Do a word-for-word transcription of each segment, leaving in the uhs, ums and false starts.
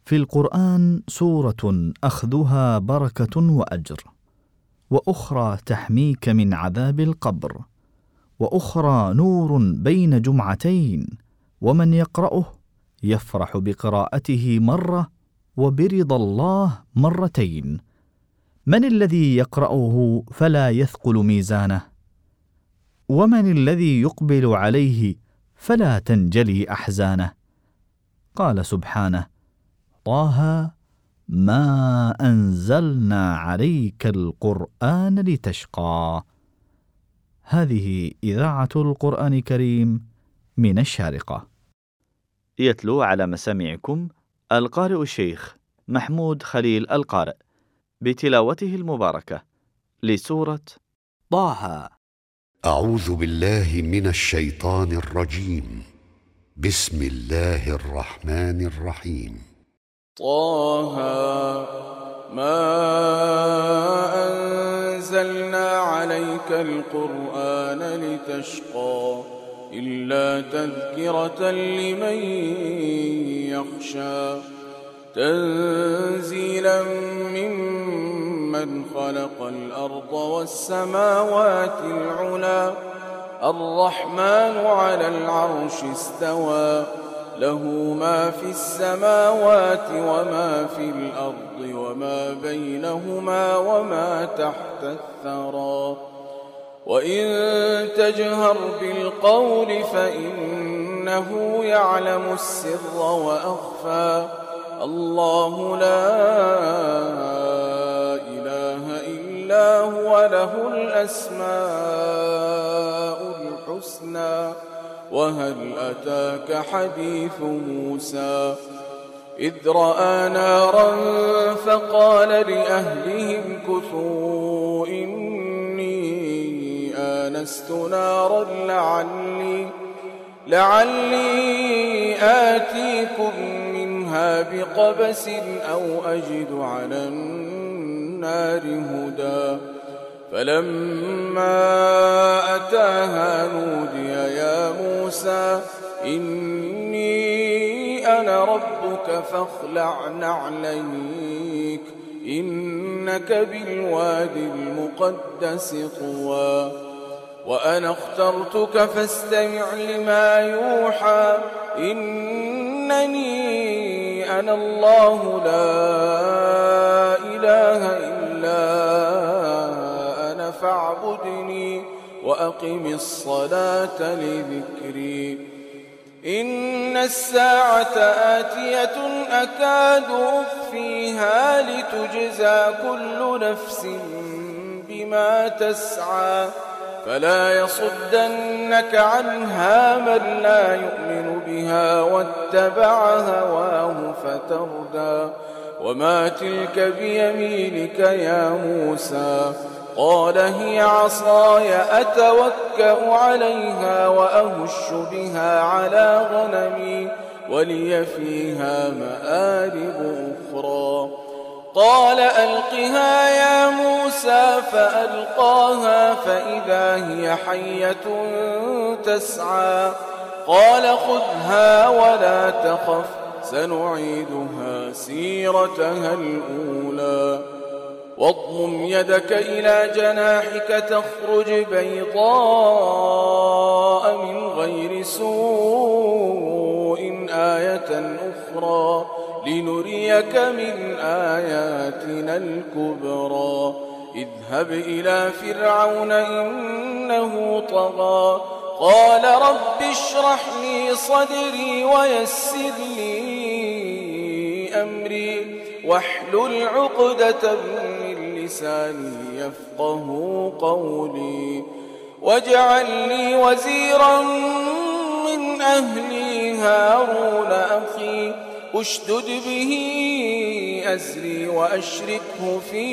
في القرآن سورة أخذها بركة وأجر، وأخرى تحميك من عذاب القبر، وأخرى نور بين جمعتين، ومن يقرأه يفرح بقراءته مرة وبرضا الله مرتين. من الذي يقرأه فلا يثقل ميزانه؟ ومن الذي يقبل عليه فلا تنجلي أحزانه؟ قال سبحانه: طه ما أنزلنا عليك القرآن لتشقى. هذه إذاعة القرآن الكريم من الشارقة. يتلو على مسامعكم القارئ الشيخ محمود خليل القارئ بتلاوته المباركة لسورة طه. أعوذ بالله من الشيطان الرجيم. بسم الله الرحمن الرحيم. طه ما أنزلنا عليك القرآن لتشقى إلا تذكرة لمن يخشى تنزيلا ممن خلق الأرض والسماوات العلى الرحمن على العرش استوى له ما في السماوات وما في الأرض وما بينهما وما تحت الثرى وإن تجهر بالقول فإنه يعلم السر وأخفى الله لا إله إلا هو له الأسماء الحسنى وهل أتاك حديث موسى إذ رأى نارا فقال لأهلهم كثوا إني آنست نارا لعلي, لعلي آتيكم منها بقبس أو أجد على النار هدى فلما أتاها نودي يا موسى إني أنا ربك فاخلع نعليك إنك بالوادي المقدس طوى وأنا اخترتك فاستمع لما يوحى إنني أنا الله لا إله إلا فاعبدني وأقم الصلاة لذكري إن الساعة آتية أكاد أخفيها لتجزى كل نفس بما تسعى فلا يصدنك عنها من لا يؤمن بها واتبع هواه فتردى وما تلك بيمينك يا موسى قال هي عصاي أتوكأ عليها وأهش بها على غنمي ولي فيها مآرب أخرى قال ألقها يا موسى فألقاها فإذا هي حية تسعى قال خذها ولا تخف سنعيدها سيرتها الأولى واضمم يدك إلى جناحك تخرج بيضاء من غير سوء آية أخرى لنريك من آياتنا الكبرى اذهب إلى فرعون إنه طغى قال رب اشرح لي صدري ويسر لي أمري واحلل عقدة من لساني يفقه قولي واجعل لي وزيرا من أهلي هارون أخي اشدد به أزري وأشركه في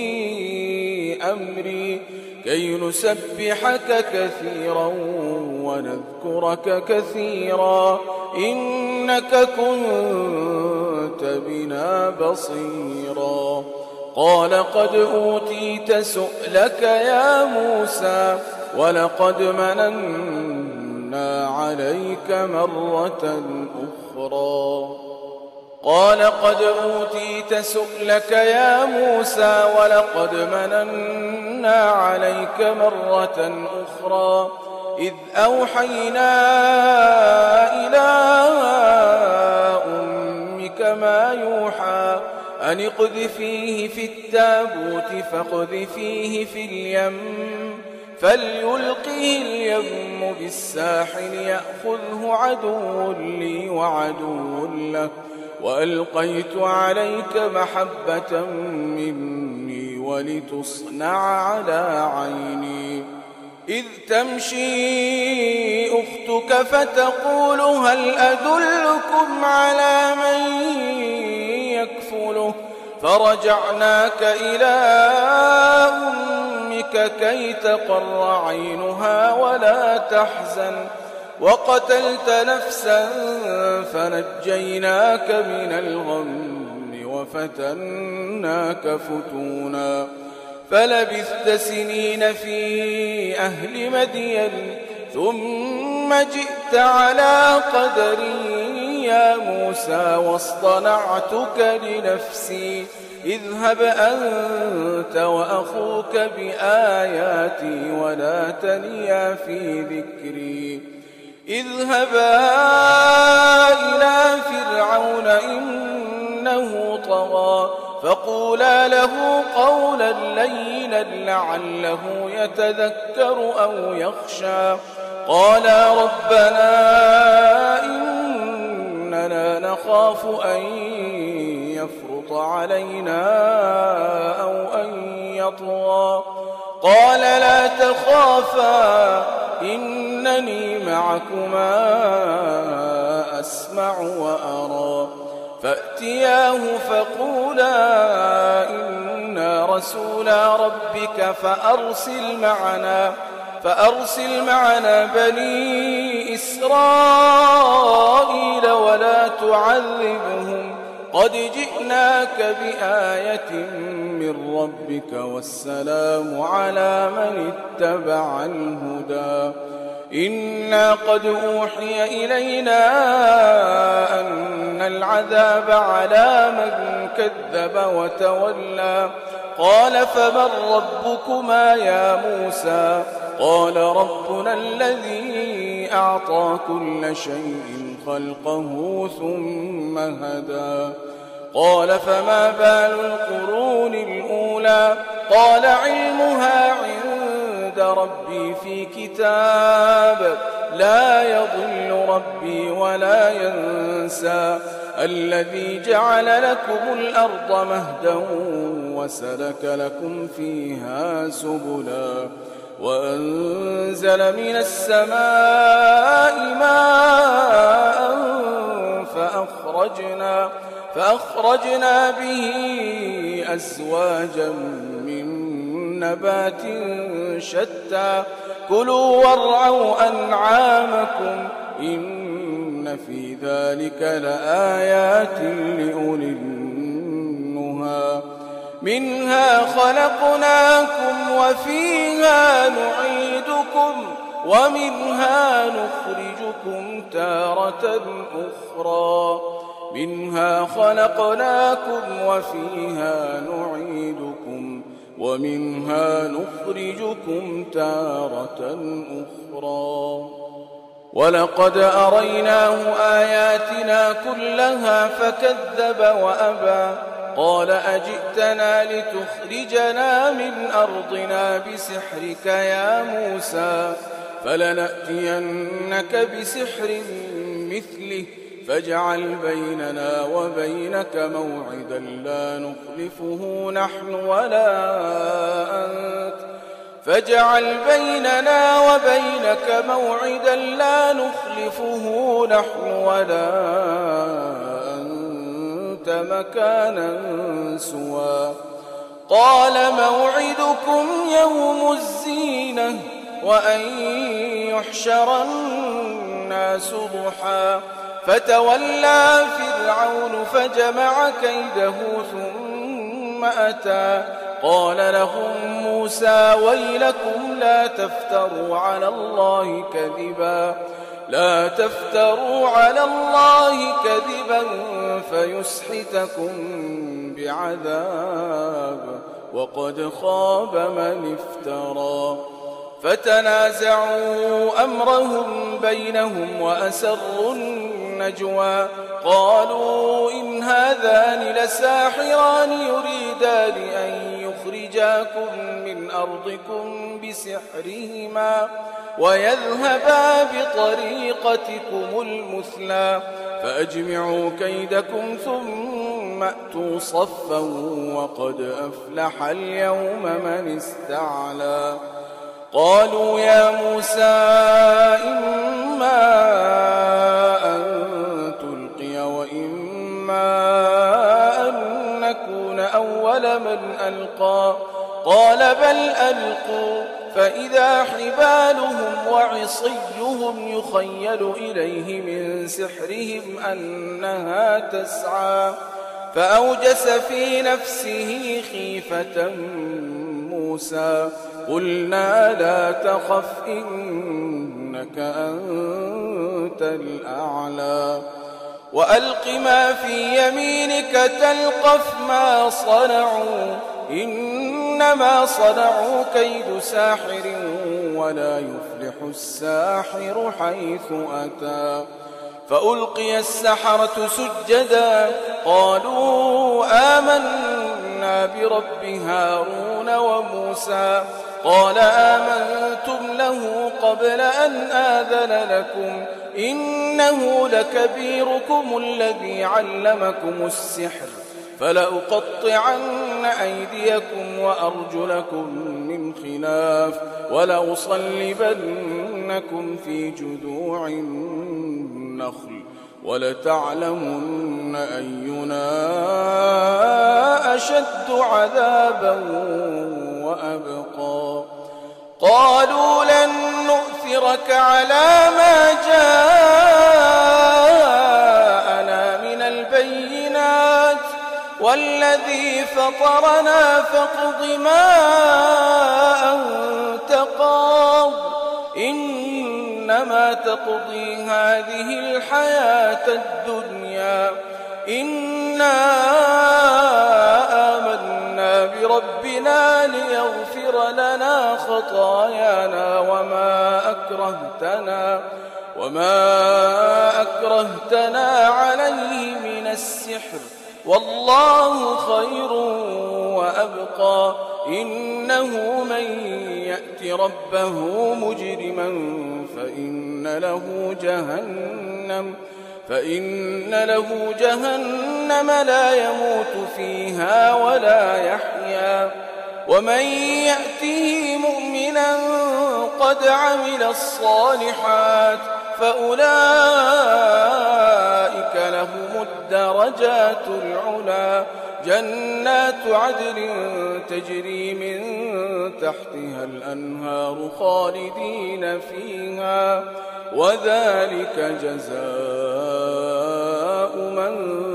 أمري كي نسبحك كثيرا ونذكرك كثيرا إنك كنت بنا بصيرا قال قد أوتيت سؤلك يا موسى ولقد مننا عليك مرة أخرى قال قد أوتيت سؤلك يا موسى ولقد مننا عليك مرة أخرى إذ أوحينا إلى أمك ما يوحى أن اقذفيه في التابوت فاقذفيه في اليم فليلقه اليم بالساحل يأخذه عدو لي وعدو له وألقيت عليك محبة مني ولتصنع على عيني إذ تمشي أختك فتقول هل أدلكم على من يكفله فرجعناك إلى أمك كي تقر عينها ولا تحزن وقتلت نفسا فنجيناك من الغم وفتناك فتونا فلبثت سنين في أهل مدين ثم جئت على قدري يا موسى واصطنعتك لنفسي اذهب أنت وأخوك بآياتي ولا تنيا في ذكري اذهبا إلى فرعون إنه طغى فقولا له قولا لينا لعله يتذكر أو يخشى قالا ربنا إننا نخاف أن يفرط علينا أو أن يطغى قال لا تخافا إنني معكما أسمع وأرى فأتياه فقولا إنا رسولا ربك فأرسل معنا فأرسل معنا بني إسرائيل ولا تعذبهم قد جئناك بآية من ربك والسلام على من اتبع الهدى إنا قد أوحي إلينا أن العذاب على من كذب وتولى قال فمن ربكما يا موسى قال ربنا الذي أعطى كل شيء خلقه ثم هدى قال فما بال القرون الأولى قال علمها عند ربي في كتاب لا يضل ربي ولا ينسى الذي جعل لكم الأرض مهدا وسلك لكم فيها سبلا وأنزل من السماء ماء فأخرجنا فأخرجنا به أزواجا من نبات شتى كلوا وارعوا أنعامكم إن في ذلك لآيات لأولي النهى منها خلقناكم وفيها نعيدكم ومنها نخرجكم تارة أخرى منها خلقناكم وفيها نعيدكم ومنها نخرجكم تارة أخرى ولقد أريناه آياتنا كلها فكذب وأبى قال أجئتنا لتخرجنا من أرضنا بسحرك يا موسى فلنأتينك بسحر مثله فاجعل بيننا وبينك موعدا لا نخلفه نحن ولا أنت فاجعل بيننا وبينك موعدا لا نخلفه نحن ولا أنت مكانا سوى قال موعدكم يوم الزينة وأن يحشر الناس ضحى فتولى فرعون فجمع كيده ثم أتى قال لهم موسى ويلكم لا تفتروا على الله كذبا لا تفتروا على الله كذبا فيسحتكم بعذاب وقد خاب من افترى. فتنازعوا أمرهم بينهم وأسروا النجوى قالوا إن هذان لساحران يريدان أن يخرجاكم من أرضكم بسحرهما ويذهبا بطريقتكم المثلى فأجمعوا كيدكم ثم أتوا صفا وقد أفلح اليوم من استعلى. قالوا يا موسى إما أن تلقي وإما أن نكون أول من ألقى قال بل ألقوا فإذا حبالهم وعصيهم يخيل إليه من سحرهم أنها تسعى فأوجس في نفسه خيفة موسى قلنا لا تخف إنك أنت الأعلى وألق ما في يمينك تلقف ما صنعوا إنما صنعوا كيد ساحر ولا يفلح الساحر حيث أتى. فألقي السحرة سجدا قالوا آمنا برب هارون وموسى قال آمنتم له قبل أن آذن لكم إنه لكبيركم الذي علمكم السحر فلأقطعن أيديكم وأرجلكم من خلاف ولأصلبنكم في جذوع النخل ولتعلمن أينا أشد عذابا وأبقى. قالوا لن نؤثرك على ما جاءنا من البينات والذي فطرنا فاقض ما أنت قاض إنما تقضي هذه الحياة الدنيا إنا آمنا بربنا ليغفر لنا خطايانا وما أكرهتنا وما أكرهتنا عليه من السحر والله خير وأبقى. إنه من يأت ربه مجرما فإن له جهنم فإن له جهنم لا يموت فيها ولا يحيا ومن يأته مؤمنا قد عمل الصالحات فأولئك لهم الدرجات العلى جنات عدن تجري من تحتها الأنهار خالدين فيها وذلك جزاء من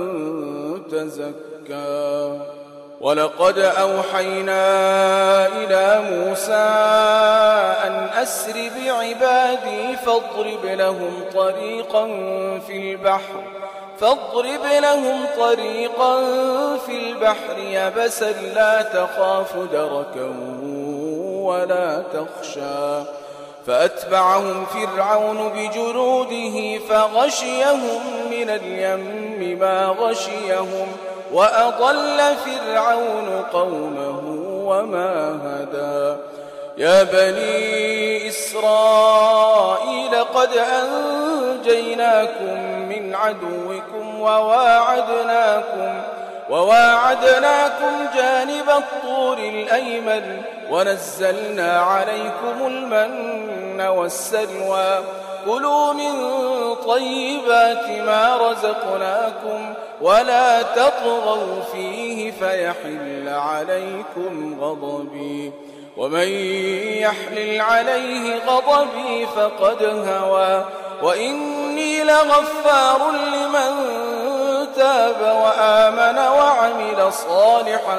تزكى. ولقد أوحينا إلى موسى أن أسر بعبادي فاضرب لهم طريقا في البحر فاضرب لهم طريقا في البحر يبسا لا تخاف دركا ولا تخشى فأتبعهم فرعون بجنوده فغشيهم من اليم ما غشيهم وأضل فرعون قومه وما هدى. يا بني إسرائيل قد أنجيناكم من عدوكم وواعدناكم وواعدناكم جانب الطور الأيمن ونزلنا عليكم المن والسلوى كلوا من طيبات ما رزقناكم ولا تطغوا فيه فيحل عليكم غضبي ومن يحلل عليه غضبي فقد هوى وإني لغفار لمن تاب وآمن وعمل صالحا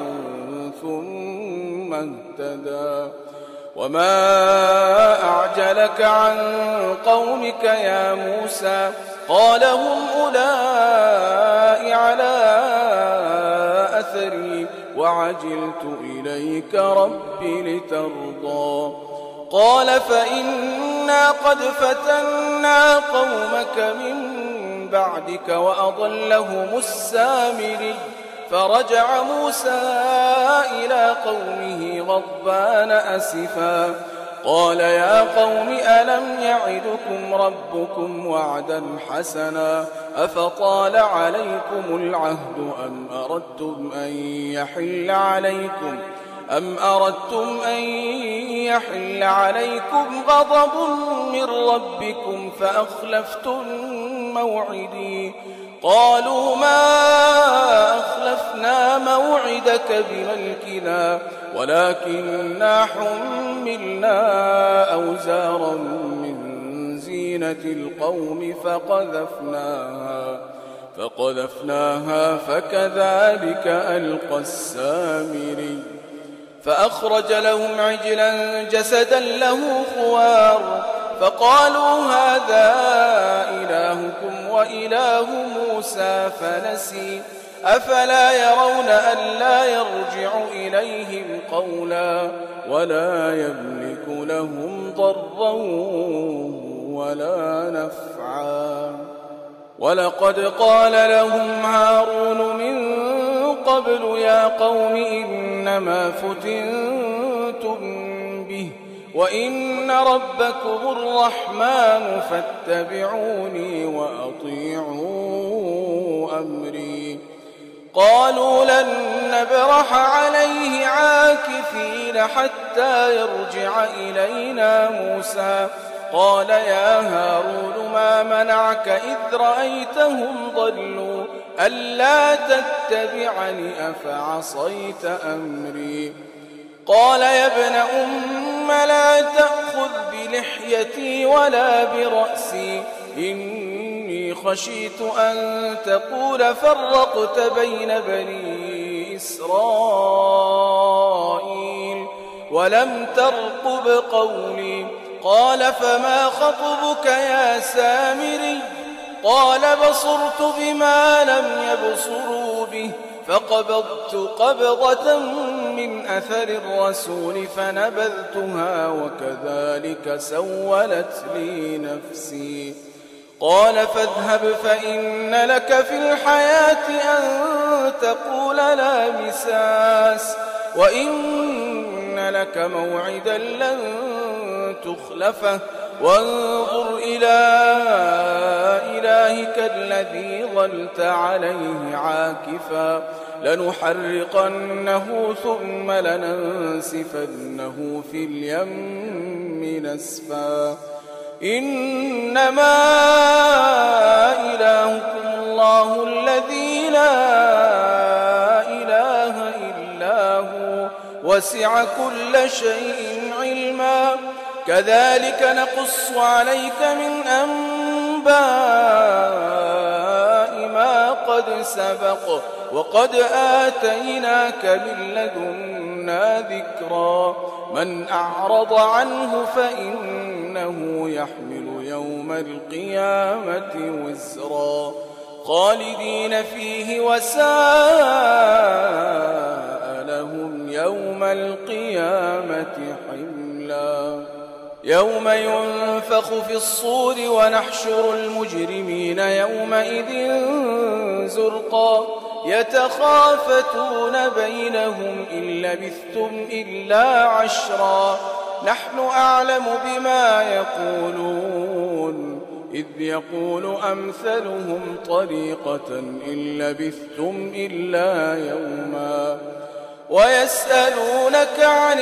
ثم اهتدى. وما أعجلك عن قومك يا موسى قال هم أولئك على أثري وعجلت إليك رب لترضى قال فإنا قد فتنا قومك من بعدك وأضلهم السامري فرجع موسى إلى قومه غضبان أسفا قال يا قوم ألم يعدكم ربكم وعدا حسنا أفطال عليكم العهد أم أردتم أن يحل عليكم أم أردتم أن يحل عليكم غضب من ربكم فأخلفتم موعدي قالوا ما أخلفنا موعدك بملكنا ولكننا حملنا أوزارا من زينة القوم فقذفناها فقذفناها فكذلك ألقى السامري فأخرج لهم عجلا جسدا له خوار فقالوا هذا إلهكم وإله موسى فنسي أفلا يرون ألا يرجع إليهم قولا ولا يملك لهم ضرا ولا نفعا ولقد قال لهم هارون من قبل يا قوم إنما فتنتم به وإن ربكم الرحمن فاتبعوني وأطيعوا أمري قالوا لن نبرح عليه عاكفين حتى يرجع إلينا موسى قال يا هارون ما منعك إذ رأيتهم ضلوا ألا تتبعني أفعصيت أمري قال يا ابن أم لا تأخذ بلحيتي ولا برأسي إني خشيت أن تقول فرقت بين بني إسرائيل ولم ترقب قولي قال فما خطبك يا سامري قال بصرت بما لم يبصروا به فقبضت قبضة من أثر الرسول فنبذتها وكذلك سولت لي نفسي قال فاذهب فإن لك في الحياة أن تقول لا مساس وإن لك موعدا لن تخلفه وانظر إلى إلهك الذي ظلت عليه عاكفا لنحرقنه ثم لننسفنه في اليم نسفا إنما إلهكم الله الذي لا إله إلا هو وسع كل شيء علما كذلك نقص عليك من أنباء ما قد سبق وقد آتيناك من لدنا ذكرا من أعرض عنه فإنه يحمل يوم القيامة وزرا خالدين فيه وساء لهم يوم القيامة حملا يوم ينفخ في الصور ونحشر المجرمين يومئذ زرقا يتخافتون بينهم إن لبثتم إلا عشرا نحن أعلم بما يقولون إذ يقول أمثلهم طريقة إن لبثتم إلا يوما ويسألونك عن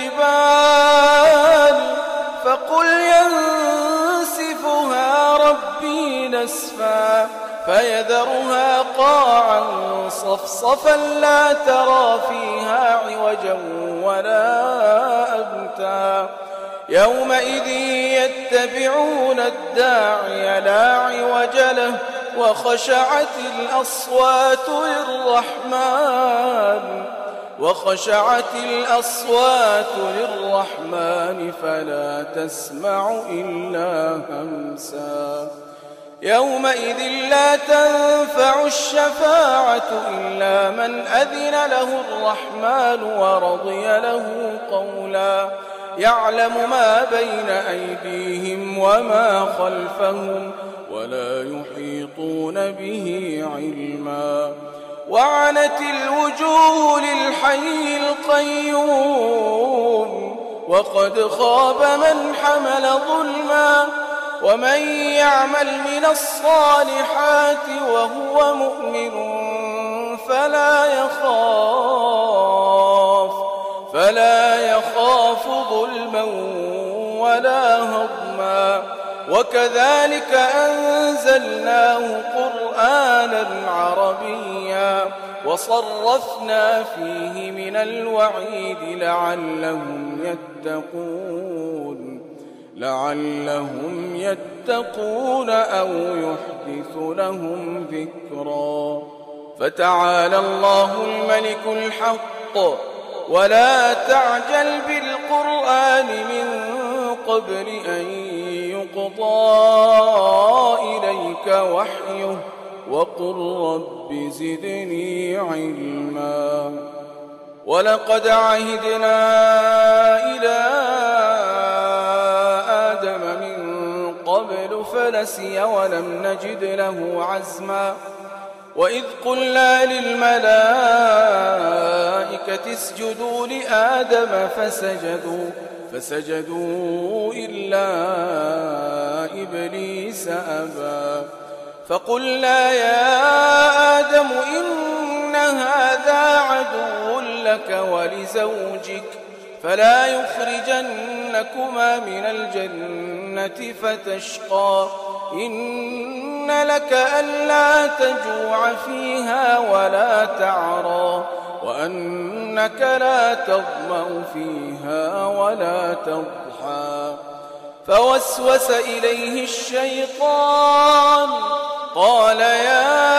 الجبال فقل ينسفها ربي نسفا فيذرها قاعا صفصفا لا ترى فيها عوجا ولا أمتا يومئذ يتبعون الداعي لا عوج له وخشعت الأصوات للرحمن وخشعت الأصوات للرحمن فلا تسمع إلا همسا يومئذ لا تنفع الشفاعة إلا من أذن له الرحمن ورضي له قولا يعلم ما بين أيديهم وما خلفهم ولا يحيطون به علما وعنت الوجوه للحي القيوم وقد خاب من حمل ظلما ومن يعمل من الصالحات وهو مؤمن فلا يخاف فلا يخاف ظلما ولا هضما وكذلك أنزلناه قرآنا عربيا وصرفنا فيه من الوعيد لعلهم يتقون لعلهم يتقون أو يحدث لهم ذكرا فتعالى الله الملك الحق ولا تعجل بالقرآن من قبل أن يقضى إليك وحيه وقل رب زدني علما ولقد عهدنا إلى آدم من قبل فنسي ولم نجد له عزما وإذ قلنا للملائكة اسجدوا لآدم فسجدوا فسجدوا إلا إبليس أبى فقلنا يا آدم إن هذا عدو لك ولزوجك فلا يخرجنكما من الجنة فتشقى إن لك ألا تجوع فيها ولا تعرى وأنك لا تظمأ فيها ولا تضحى فوسوس إليه الشيطان قال يا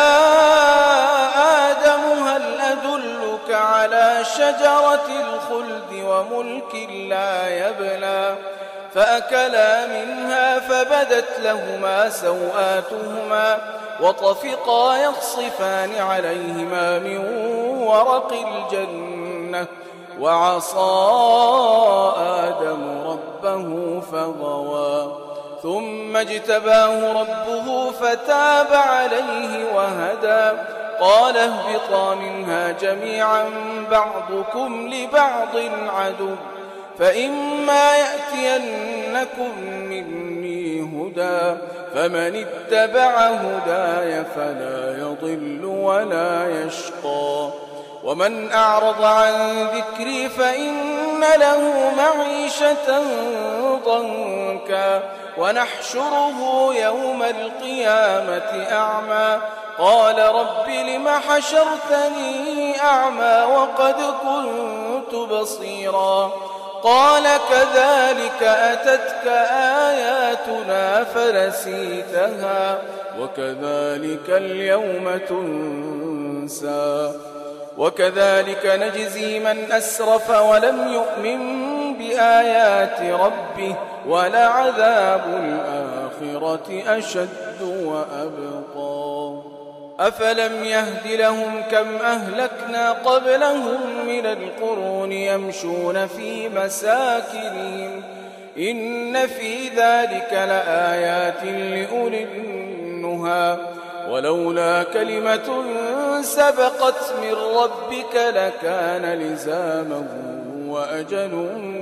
آدم هل أدلك على شجرة الخلد وملك لا يبلى فأكلا منها فبدت لهما سوآتهما وطفقا يخصفان عليهما من ورق الجنة وعصى آدم ربه فغوى ثم اجتباه ربه فتاب عليه وهدى قال اهبطا منها جميعا بعضكم لبعض عدو فإما يأتينكم مني هدى فمن اتبع هداي فلا يضل ولا يشقى ومن أعرض عن ذكري فإن له معيشة ضنكا ونحشره يوم القيامة أعمى قال رب لم حشرتني أعمى وقد كنت بصيرا قال كذلك أتتك آياتنا فنسيتها وكذلك اليوم تنسى وكذلك نجزي من أسرف ولم يؤمن بآيات ربه ولعذاب الآخرة أشد وأبقى أفلم يهد لهم كم أهلكنا قبلهم من القرون يمشون في مساكنهم إن في ذلك لآيات لأولي النهى ولولا كلمة سبقت من ربك لكان لزاما وأجل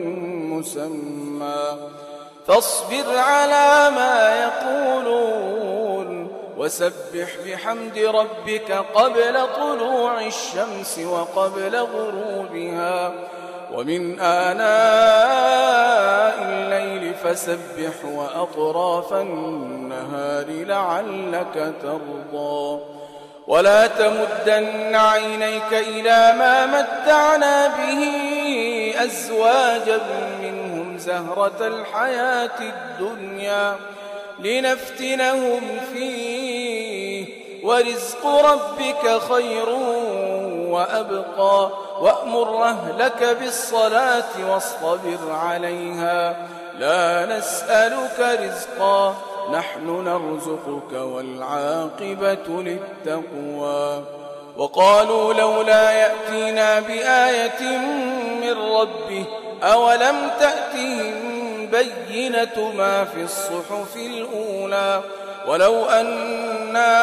مسمى فاصبر على ما يقولون وسبح بحمد ربك قبل طلوع الشمس وقبل غروبها ومن آناء الليل فسبح وأطراف النهار لعلك ترضى ولا تمدن عينيك إلى ما متعنا به أزواجا منهم زهرة الحياة الدنيا لنفتنهم فيه ورزق ربك خير وأبقى وأمر أهلك بالصلاة واصطبر عليها لا نسألك رزقا نحن نرزقك والعاقبة للتقوى وقالوا لولا يأتينا بآية من ربه أولم تأتهم بينة ما في الصحف الأولى ولو أنا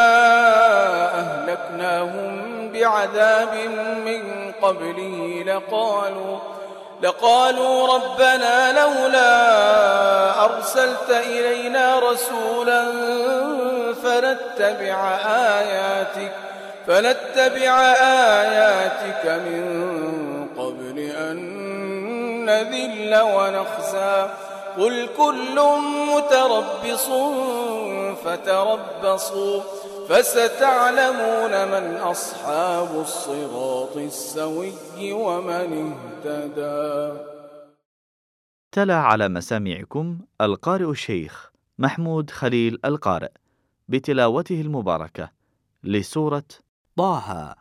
أهلكناهم بعذاب من قبله لقالوا لقالوا ربنا لولا أرسلت إلينا رسولا فنتبع آياتك فنتبع آياتك من قبل أن نذل ونخزى قل كل متربص فتربصوا فستعلمون من أصحاب الصراط السوي ومن اهتدى. تلا على مسامعكم القارئ الشيخ محمود خليل القارئ بتلاوته المباركة لسورة طه